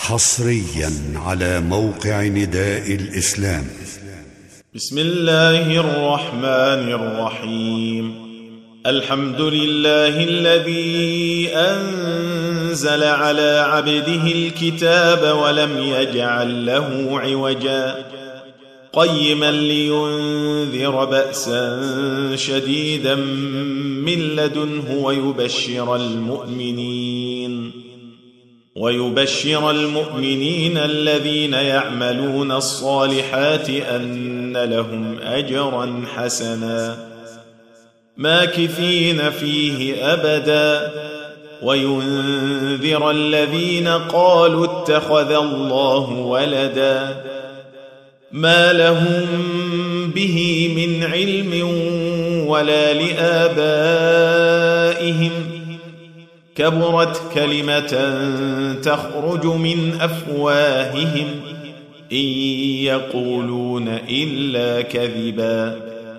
حصريا على موقع نداء الإسلام. بسم الله الرحمن الرحيم. الحمد لله الذي أنزل على عبده الكتاب ولم يجعل له عوجا قيما لينذر بأسا شديدا من لدنه ويبشر المؤمنين الذين يعملون الصالحات أن لهم أجرا حسنا ماكثين فيه أبدا وينذر الذين قالوا اتخذ الله ولدا ما لهم به من علم ولا لآبائهم كبرت كلمة تخرج من أفواههم إن يقولون إلا كذبا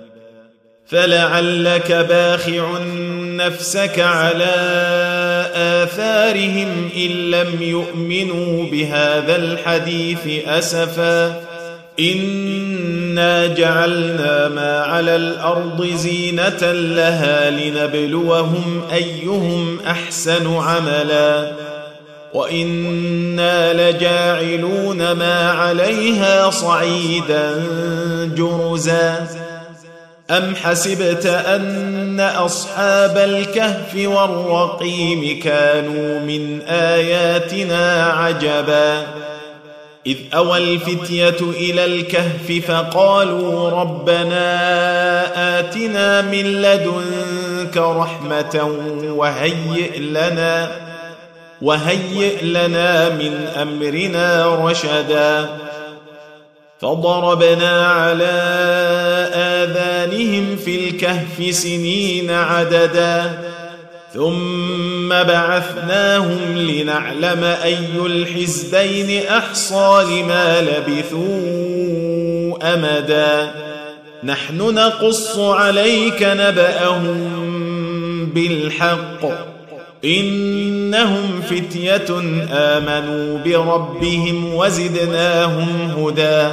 فلعلك باخع نفسك على آثارهم إن لم يؤمنوا بهذا الحديث أسفا إنا جعلنا ما على الأرض زينة لها لنبلوهم أيهم أحسن عملا وإنا لجاعلون ما عليها صعيدا جرزا أم حسبت أن أصحاب الكهف والرقيم كانوا من آياتنا عجبا إذ أوى الفتية إلى الكهف فقالوا ربنا آتنا من لدنك رحمة وهيئ لنا من أمرنا رشدا فضربنا على آذانهم في الكهف سنين عددا ثم بعثناهم لنعلم أي الحزبين أحصى لما لبثوا أمدا نحن نقص عليك نبأهم بالحق إنهم فتية آمنوا بربهم وزدناهم هدى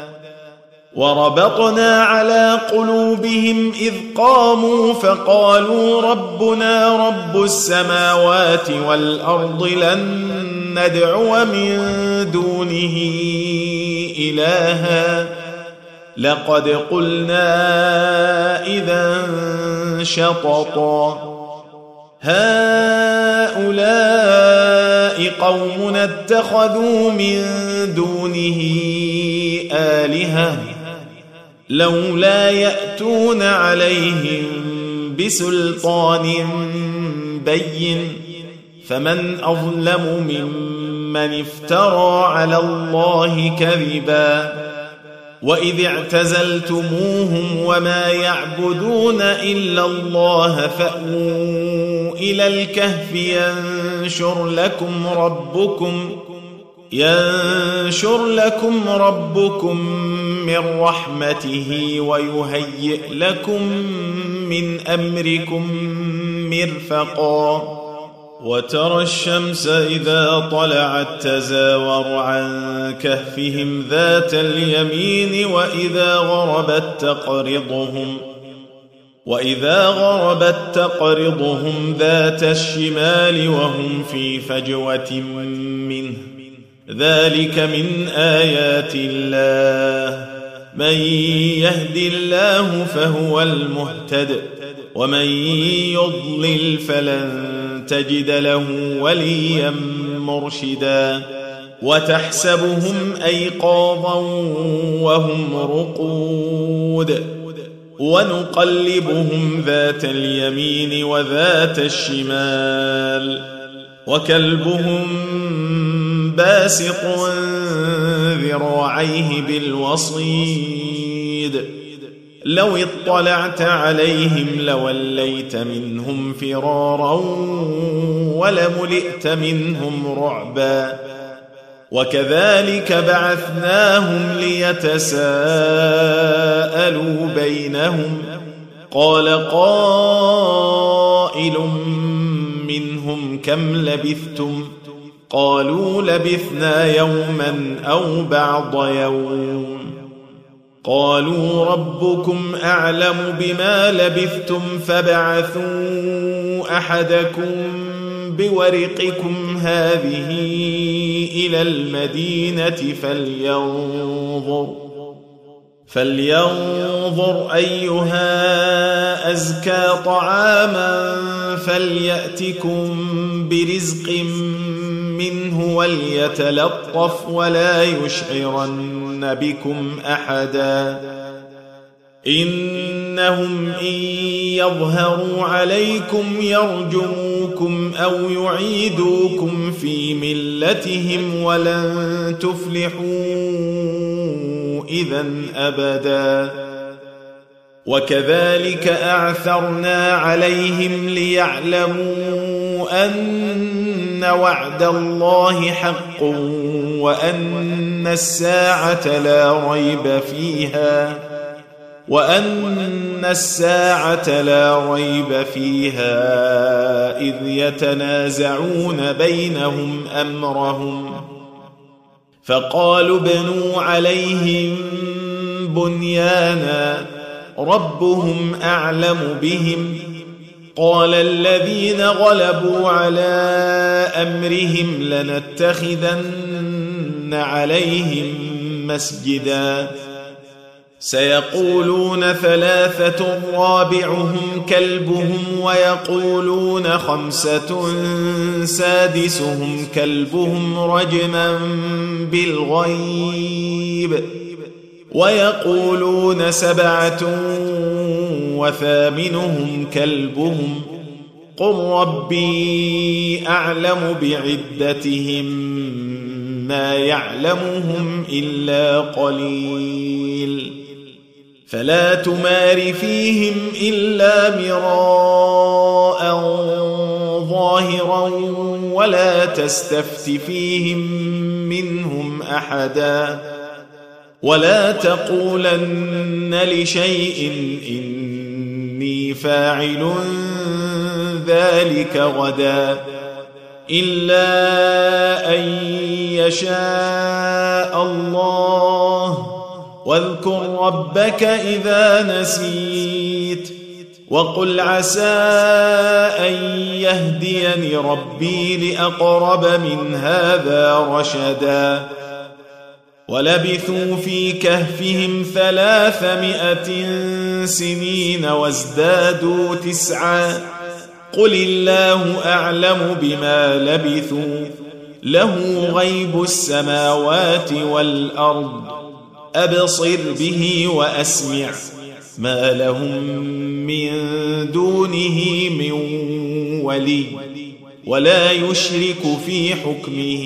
وربطنا على قلوبهم إذ قاموا فقالوا ربنا رب السماوات والأرض لن ندعو من دونه إلها لقد قلنا إذا شططا هؤلاء قوم اتخذوا من دونه آلهة لولا يأتون عليهم بسلطان بين فمن أظلم ممن افترى على الله كذبا وإذ اعتزلتموهم وما يعبدون إلا الله فأووا إلى الكهف ينشر لكم ربكم من رحمته ويهيئ لكم من أمركم مرفقا وترى الشمس إذا طلعت تزاور عن كهفهم ذات اليمين وإذا غربت تقرضهم ذات الشمال وهم في فجوة منه ذلك من آيات الله من يهد الله فهو المهتد ومن يضلل فلن تجد له وليا مرشدا وتحسبهم أيقاظا وهم رقود ونقلبهم ذات اليمين وذات الشمال وكلبهم باسط ذراعيه بالوصيد لو اطلعت عليهم لوليت منهم فرارا ولملئت منهم رعبا وكذلك بعثناهم ليتساءلوا بينهم قال قائل منهم كم لبثتم قالوا لبثنا يوما أو بعض يوم قالوا ربكم أعلم بما لبثتم فابعثوا أحدكم بورقكم هذه إلى المدينة فلينظر أيها أزكى طعاما فليأتكم برزق منه وليتلطف ولا يشعرن بكم أحدا إنهم إن يظهروا عليكم يرجموكم أو يعيدوكم في ملتهم ولن تفلحوا إذن أبدا وكذلك أعثرنا عليهم ليعلموا أن وعد الله حق وأن الساعة لا ريب فيها إذ يتنازعون بينهم أمرهم فقالوا ابنوا عليهم بنيانا ربهم أعلم بهم قال الذين غلبوا على أمرهم لنتخذن عليهم مسجدا سيقولون 3 رابعهم كلبهم ويقولون 5 سادسهم كلبهم رجما بالغيب ويقولون 7 وثامنهم كلبهم قل ربي أعلم بعدتهم ما يعلمهم إلا قليل فلا تمار فيهم إلا مراء ظاهرا ولا تستفت فيهم منهم أحدا ولا تقولن لشيء إني فاعل ذلك غدا إلا أن يشاء الله واذكر ربك إذا نسيت وقل عسى أن يهديني ربي لأقرب من هذا رشدا ولبثوا في كهفهم 300 سنين وازدادوا 9 قل الله أعلم بما لبثوا له غيب السماوات والأرض أبصر به وأسمع ما لهم من دونه من ولي ولا يشرك في حكمه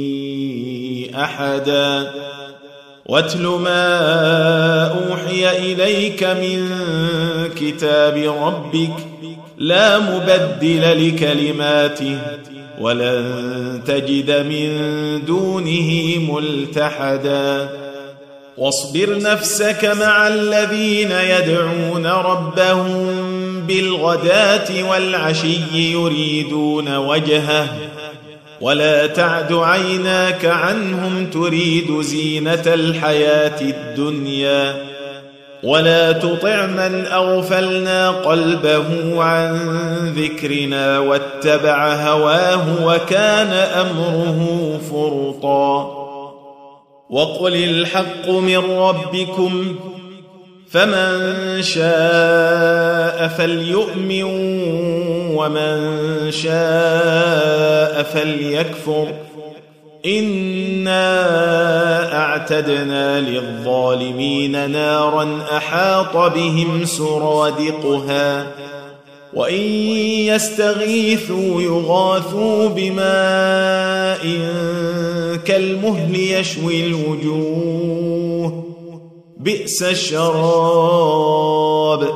أحدا واتل ما أوحي إليك من كتاب ربك لا مبدل لكلماته ولن تجد من دونه ملتحدا واصبر نفسك مع الذين يدعون ربهم بالغداة والعشي يريدون وجهه ولا تعد عيناك عنهم تريد زينة الحياة الدنيا ولا تطع من أغفلنا قلبه عن ذكرنا واتبع هواه وكان أمره فرطا وقل الحق من ربكم فمن شاء فليؤمن ومن شاء فليكفر إنا أعتدنا للظالمين نارا أحاط بهم سرادقها وإن يستغيثوا يغاثوا بماء كالمهل يشوي الوجوه بئس الشراب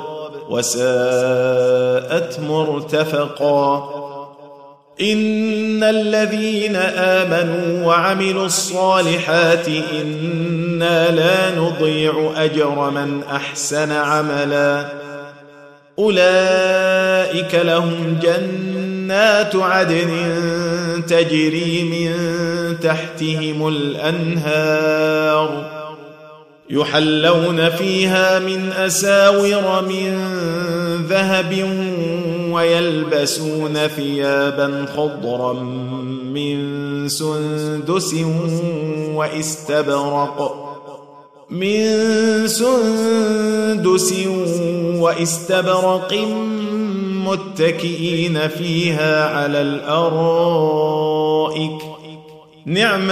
وساءت مرتفقا إن الذين آمنوا وعملوا الصالحات إنا لا نضيع أجر من أحسن عملا أولئك لهم جنات عدن تجري من تحتهم الأنهار يحلون فيها من أساور من ذهب ويلبسون ثيابا خضرا من سندس واستبرق متكئين فيها على الأرائك نعم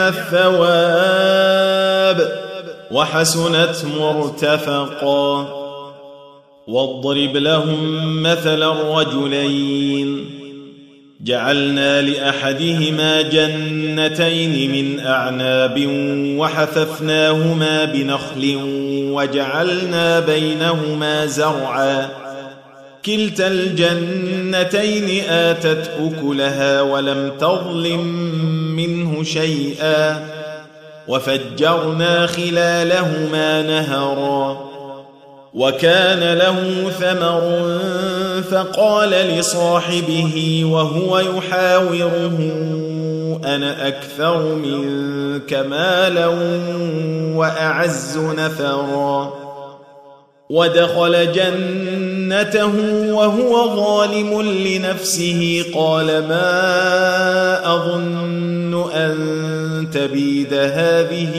الثواب وحسنت مرتفقا. واضرب لهم مثل الرجلين جعلنا لأحدهما جنتين من أعناب وحففناهما بنخل وجعلنا بينهما زرعا كلتا الجنتين آتت أكلها ولم تظلم منه شيئا وفجرنا خلالهما نهرا وكان له ثمر فقال لصاحبه وهو يحاوره أنا أكثر منك مالا وأعز نفرا ودخل جنته وهو ظالم لنفسه قال ما أظن أن تبيد هذه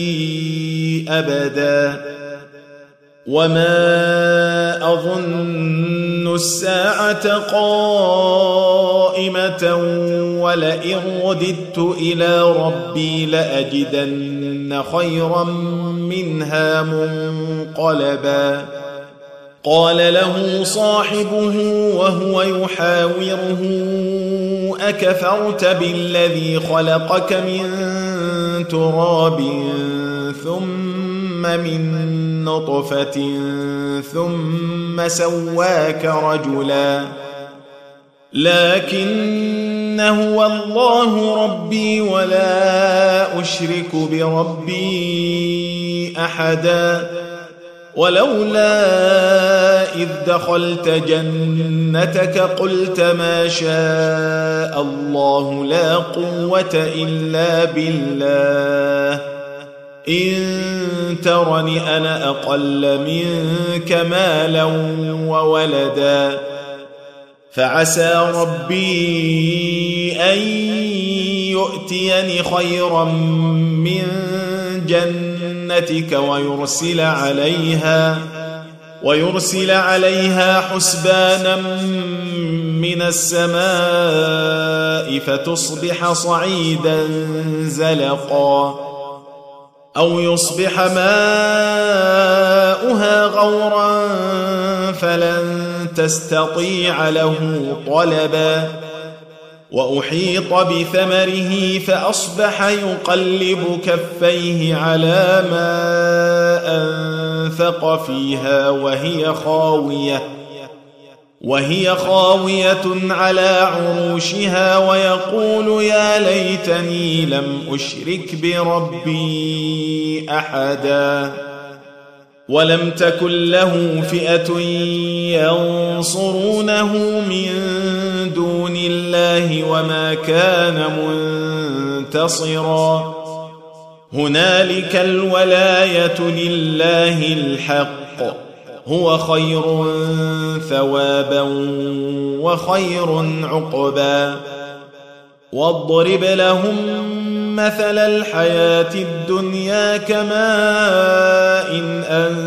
أبدا وما أظن الساعة قائمة ولئن رددت إلى ربي لأجدن خيرا منها منقلبا. قال له صاحبه وهو يحاوره أكفرت بالذي خلقك من تراب ثم من نطفة ثم سواك رجلا لكن هو الله ربي ولا أشرك بربي أحدا ولولا إذ دخلت جنتك قلت ما شاء الله لا قوة إلا بالله إن ترني أنا أقل منك مالا وولدا فعسى ربي أن يؤتيني خيرا من جنتك ويرسل عليها حسبانا من السماء فتصبح صعيدا زلقا أو يصبح ماؤها غورا فلن تستطيع له طلبا وأحيط بثمره فأصبح يقلب كفيه على ما أنفق فيها وهي خاوية على عروشها ويقول يا ليتني لم أشرك بربي أحدا ولم تكن له فئة ينصرونه من دون الله وما كان منتصرا هنالك الولاية لله الحق هو خير ثوابا وخير عقبا. واضرب لهم مثل الحياة الدنيا كماء إن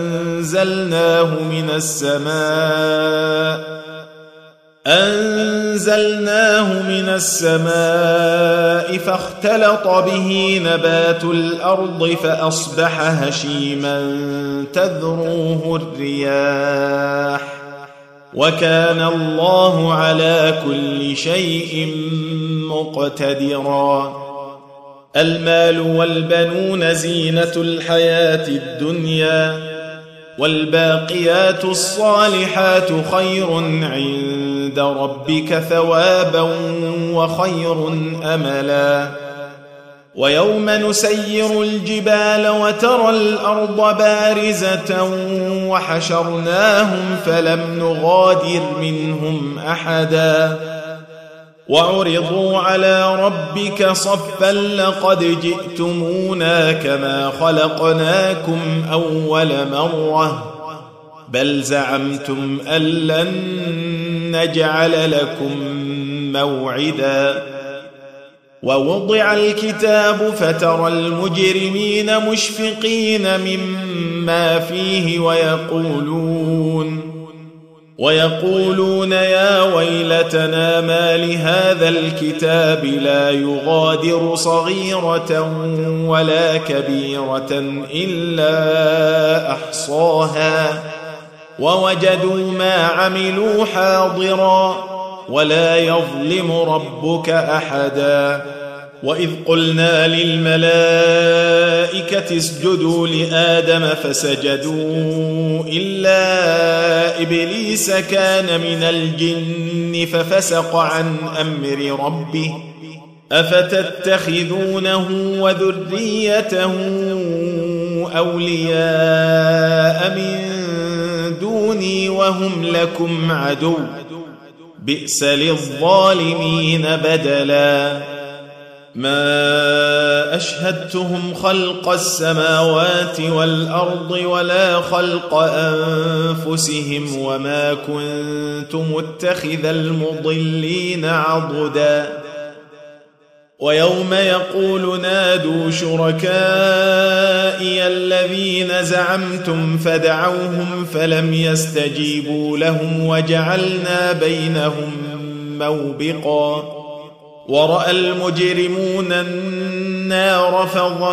أنزلناه من السماء فاختلط به نبات الأرض فأصبح هشيما تذروه الرياح وكان الله على كل شيء مقتدرا. المال والبنون زينة الحياة الدنيا والباقيات الصالحات خير عند ربك ثوابا وخير أملا. ويوم نسير الجبال وترى الأرض بارزة وحشرناهم فلم نغادر منهم أحدا وعرضوا على ربك صفا لقد جئتمونا كما خلقناكم أول مرة بل زعمتم أن لن نجعل لكم موعدا ووضع الكتاب فترى المجرمين مشفقين مما فيه ويقولون يا ويلتنا ما لهذا الكتاب لا يغادر صغيرة ولا كبيرة إلا أحصاها ووجدوا ما عملوا حاضرا ولا يظلم ربك أحدا وإذ قلنا للملائكة اسجدوا لآدم فسجدوا إلا إبليس كان من الجن ففسق عن أمر ربه أفتتخذونه وذريته أولياء من دوني وهم لكم عدو بئس للظالمين بدلا ما أشهدتهم خلق السماوات والأرض ولا خلق أنفسهم وما كنت متخذ المضلين عضدا ويوم يقول نادوا شركائي الذين زعمتم فدعوهم فلم يستجيبوا لهم وجعلنا بينهم موبقا ورأى المجرمون النار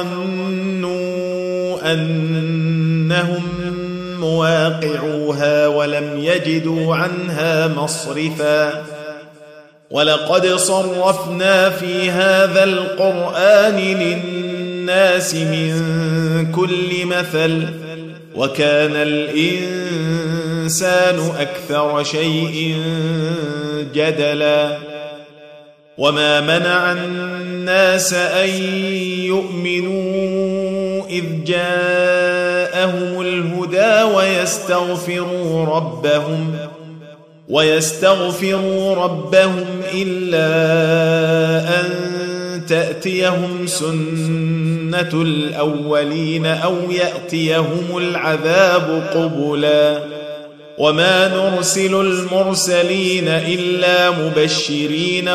فظنوا أنهم مواقعوها ولم يجدوا عنها مصرفا ولقد صرفنا في هذا القرآن للناس من كل مثل وكان الإنسان أكثر شيء جدلا وما منع الناس أن يؤمنوا إذ جاءهم الهدى ويستغفروا ربهم إلا أن تأتيهم سنة الأولين أو يأتيهم العذاب قبلا وما نرسل المرسلين إلا مبشرين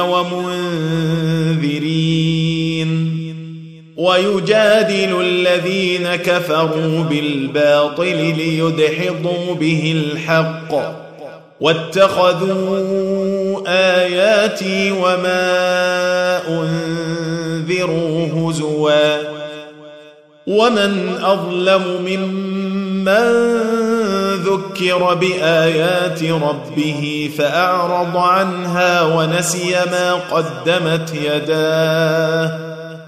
ومنذرين ويجادل الذين كفروا بالباطل ليدحضوا به الحق واتخذوا آياتي وما أنذروا هزوا ومن أظلم ممن ذكر بآيات ربه فأعرض عنها ونسي ما قدمت يداه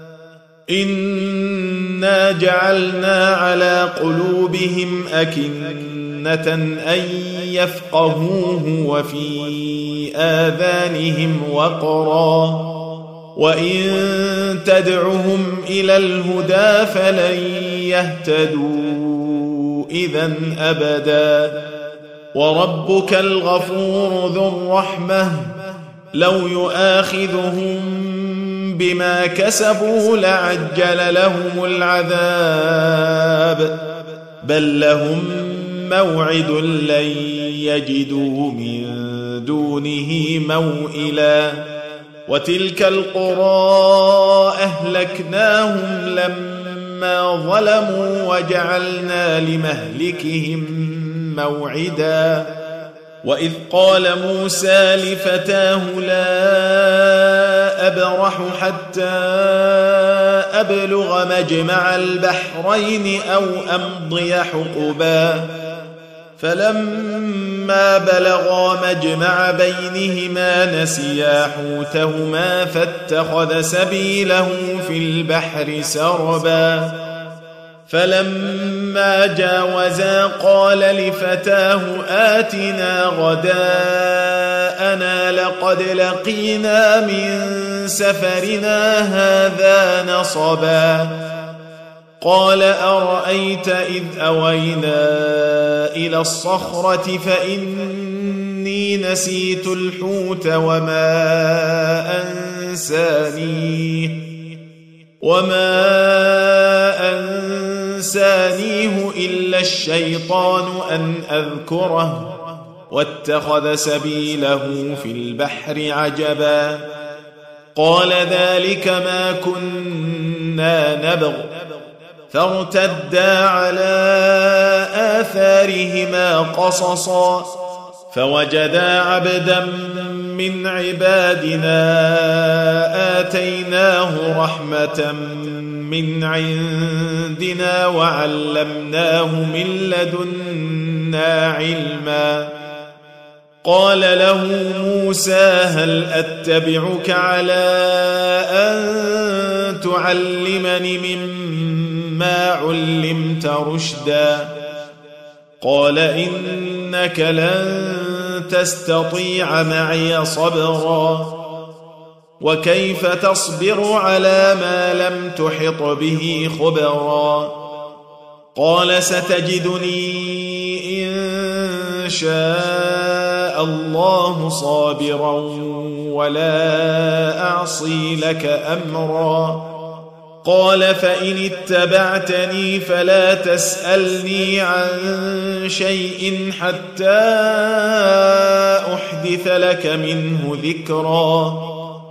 إنا جعلنا على قلوبهم أكنة أن يفقهوه وفي آذانهم وقرا وإن تدعهم إلى الهدى فلن يهتدوا إذا أبدا وربك الغفور ذو الرحمة لو يؤاخذهم بما كسبوا لعجل لهم العذاب بل لهم موعد لن يجدوا من دونه موئلا وتلك القرى أهلكناهم لما ظلموا وجعلنا لمهلكهم موعدا وإذ قال موسى لفتاه لا أبرح حتى أبلغ مجمع البحرين أو أمضي حقبا فلما بلغا مجمع بينهما نسيا حوتهما فاتخذ سبيله في البحر سربا فلما جاوزا قال لفتاه آتنا غداءنا لقد لقينا من سفرنا هذا نصبا قال أرأيت إذ أوينا إلى الصخرة فإني إني نسيت الحوت وما أنسانيه إلا الشيطان أن أذكره واتخذ سبيله في البحر عجبا قال ذلك ما كنا نبغ فارتدا على آثارهما قصصا فوجدا عبدا من عبادنا آتيناه رحمة من عندنا وعلمناه من لدنا علما قال له موسى هل أتبعك على أن تعلمني مما علمت رشدا قال إنك لن تستطيع معي صبرا وكيف تصبر على ما لم تحط به خبرا قال ستجدني إن شاء الله صابرا ولا أعصي لك أمرا قال فإن اتبعتني فلا تسألني عن شيء حتى أحدث لك منه ذكرا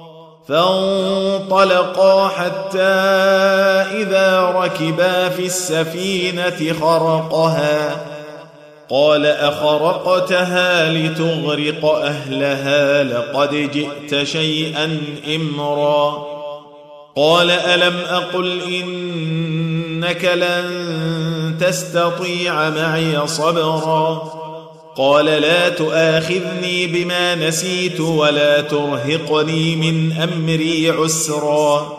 فانطلقا حتى إذا ركبا في السفينة خرقها قال أخرقتها لتغرق أهلها لقد جئت شيئا إمرا قال ألم أقل إنك لن تستطيع معي صبرا قال لا تؤاخذني بما نسيت ولا ترهقني من أمري عسرا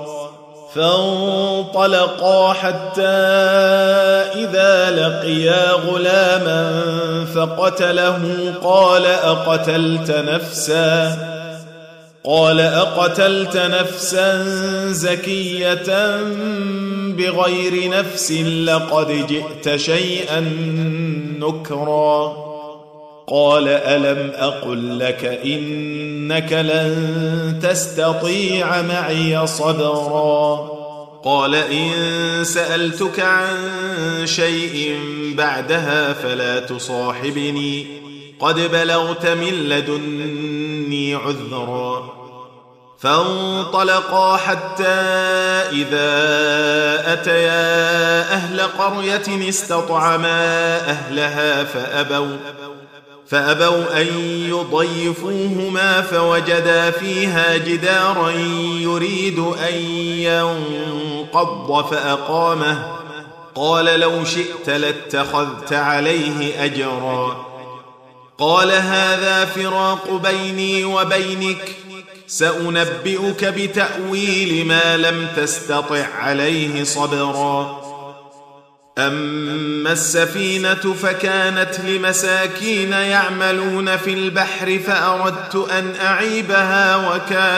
فانطلقا حتى إذا لقيا غلاما فقتله قال أقتلت نفسا زكية بغير نفس لقد جئت شيئا نكرا قال ألم أقل لك إنك لن تستطيع معي صبرا قال إن سألتك عن شيء بعدها فلا تصاحبني قد بلغت من لدني عذرا فانطلقا حتى إذا أتيا أهل قرية استطعما أهلها فأبوا أن يضيفوهما فوجدا فيها جدارا يريد أن ينقض فأقامه قال لو شئت لاتخذت عليه أجرا قال هذا فراق بيني وبينك سأنبئك بتأويل ما لم تستطع عليه صبرا أما السفينة فكانت لمساكين يعملون في البحر فأردت أن أعيبها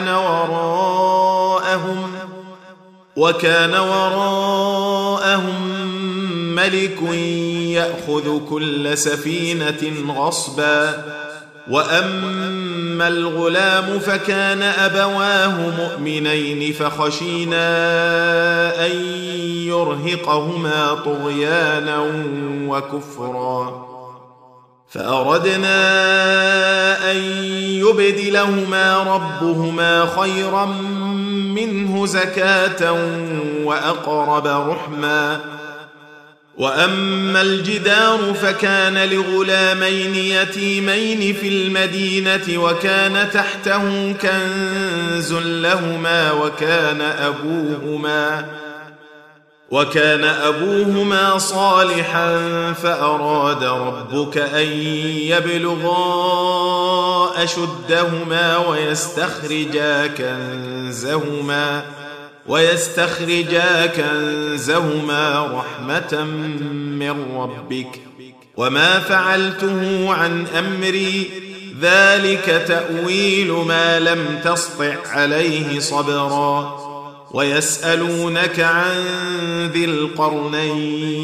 وكان وراءهم ملك يأخذ كل سفينة غصبا وأما الغلام فكان أبواه مؤمنين فخشينا أن يرهقهما طغيانا وكفرا فأردنا أن يبدلهما ربهما خيرا منه زكاة وأقرب رحما وأما الجدار فكان لغلامين يتيمين في المدينة وكان تحته كنز لهما وكان أبوهما صالحا فأراد ربك أن يبلغا أشدهما ويستخرجا كنزهما رحمة من ربك وما فعلته عن أمري ذلك تأويل ما لم تسطع عليه صبرا ويسألونك عن ذي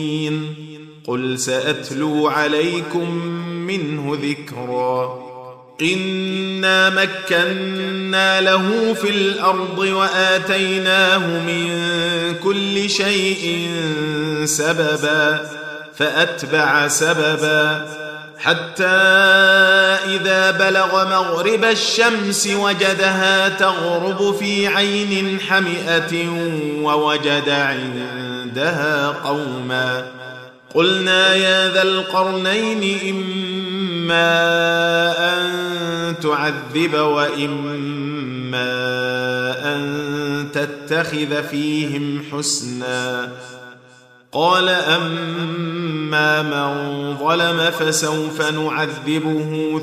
القرنين قل سأتلو عليكم منه ذكرا إنا مكنا له في الأرض وآتيناه من كل شيء سببا فأتبع سببا حتى إذا بلغ مغرب الشمس وجدها تغرب في عين حمئة ووجد عندها قوما قلنا يا ذا القرنين إما أن تعذب وإما أن تتخذ فيهم حسنا قال أما من ظلم فسوف نعذبه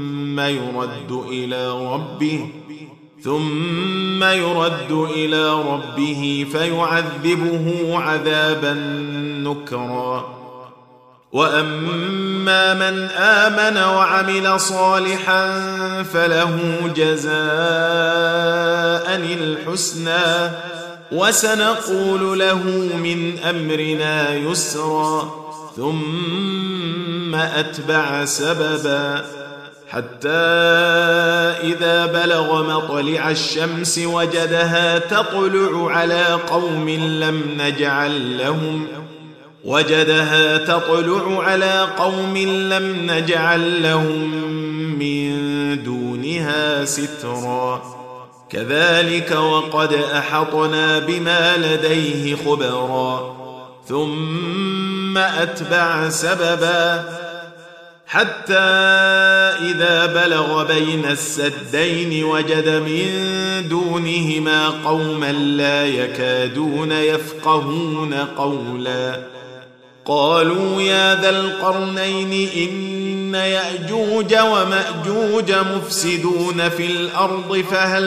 ثم يرد إلى ربه فيعذبه عذابا نكرا وأما من آمن وعمل صالحا فله جزاء الحسنى وسنقول له من أمرنا يسرا ثم أتبع سببا حتى إذا بلغ مطلع الشمس وجدها تطلع على قوم لم نجعل لهم من دونها سترا كذلك وقد أحطنا بما لديه خبرا ثم أتبع سببا حتى إذا بلغ بين السدين وجد من دونهما قوما لا يكادون يفقهون قولا قالوا يا ذا القرنين إن يأجوج ومأجوج مفسدون في الأرض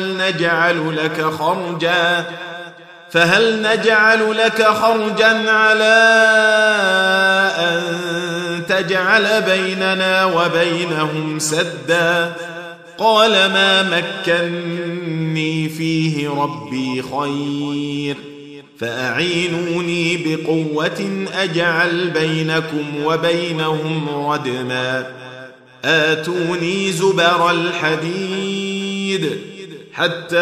فهل نجعل لك خرجا على أن تجعل بيننا وبينهم سدا قال ما مكني فيه ربي خير فأعينوني بقوة أجعل بينكم وبينهم ردما آتوني زبر الحديد حتى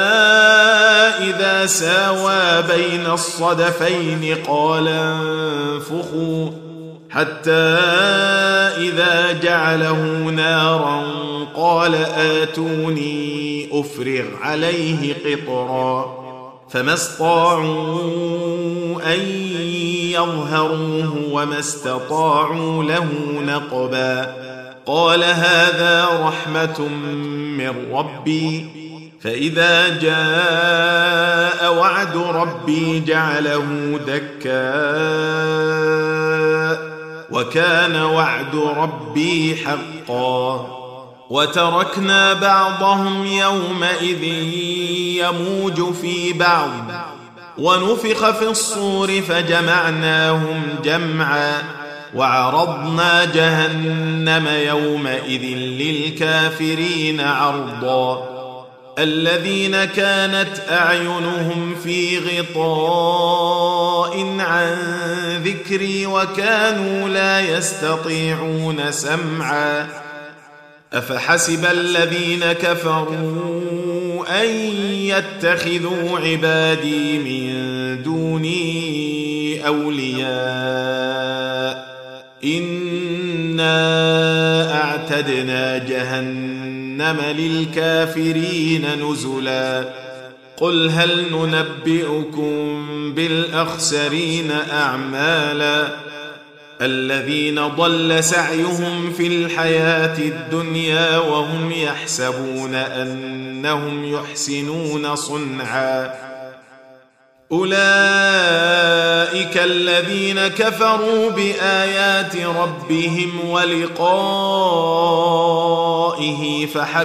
إذا ساوى بين الصدفين قال انفخوا حتى إذا جعله نارا قال آتوني أفرغ عليه قطرا فما استطاعوا أن يظهروه وما استطاعوا له نقبا قال هذا رحمة من ربي فإذا جاء وعد ربي جعله دكا وكان وعد ربي حقا وتركنا بعضهم يومئذ يموج في بعض ونفخ في الصور فجمعناهم جمعا وعرضنا جهنم يومئذ للكافرين عرضا الذين كانت أعينهم في غطاء عن ذكري وكانوا لا يستطيعون سمعا أفحسب الذين كفروا أن يتخذوا عبادي من دوني أولياء إنا أعتدنا جهنم للكافرين نزلا قل هل ننبئكم بالأخسرين أعمالا الذين ضل سعيهم في الحياة الدنيا وهم يحسبون أنهم يحسنون صنعا أولئك الذين كفروا بآيات ربهم ولقائه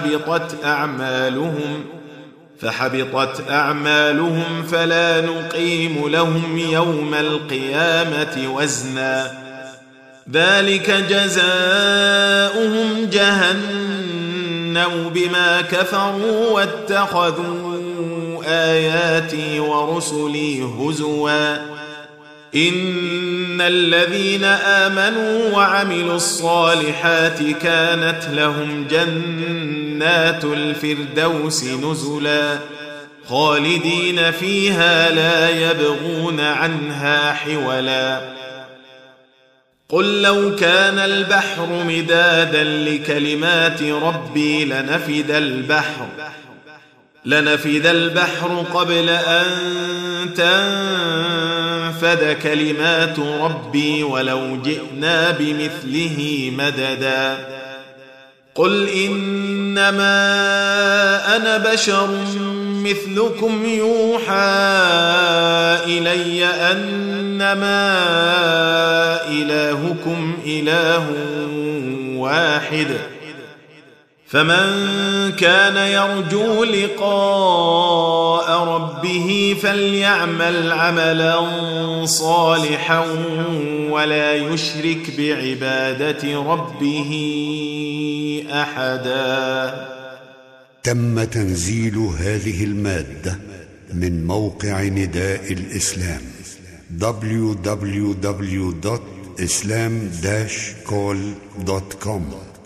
فحبطت أعمالهم فلا نقيم لهم يوم القيامة وزنا ذلك جزاؤهم جهنم بما كفروا واتخذوا آياتي ورسلي هزوا إن الذين آمنوا وعملوا الصالحات كانت لهم جنات الفردوس نزلا خالدين فيها لا يبغون عنها حولا قل لو كان البحر مدادا لكلمات ربي لنفد البحر قبل أن تنفد كلمات ربي ولو جئنا بمثله مددا قل إنما أنا بشر مثلكم يوحى إلي أنما إلهكم إله واحد فمن كان يرجو لقاء ربه فليعمل عملا صالحا ولا يشرك بعبادة ربه أحدا. تم تنزيل هذه المادة من موقع نداء الإسلام www.islam-call.com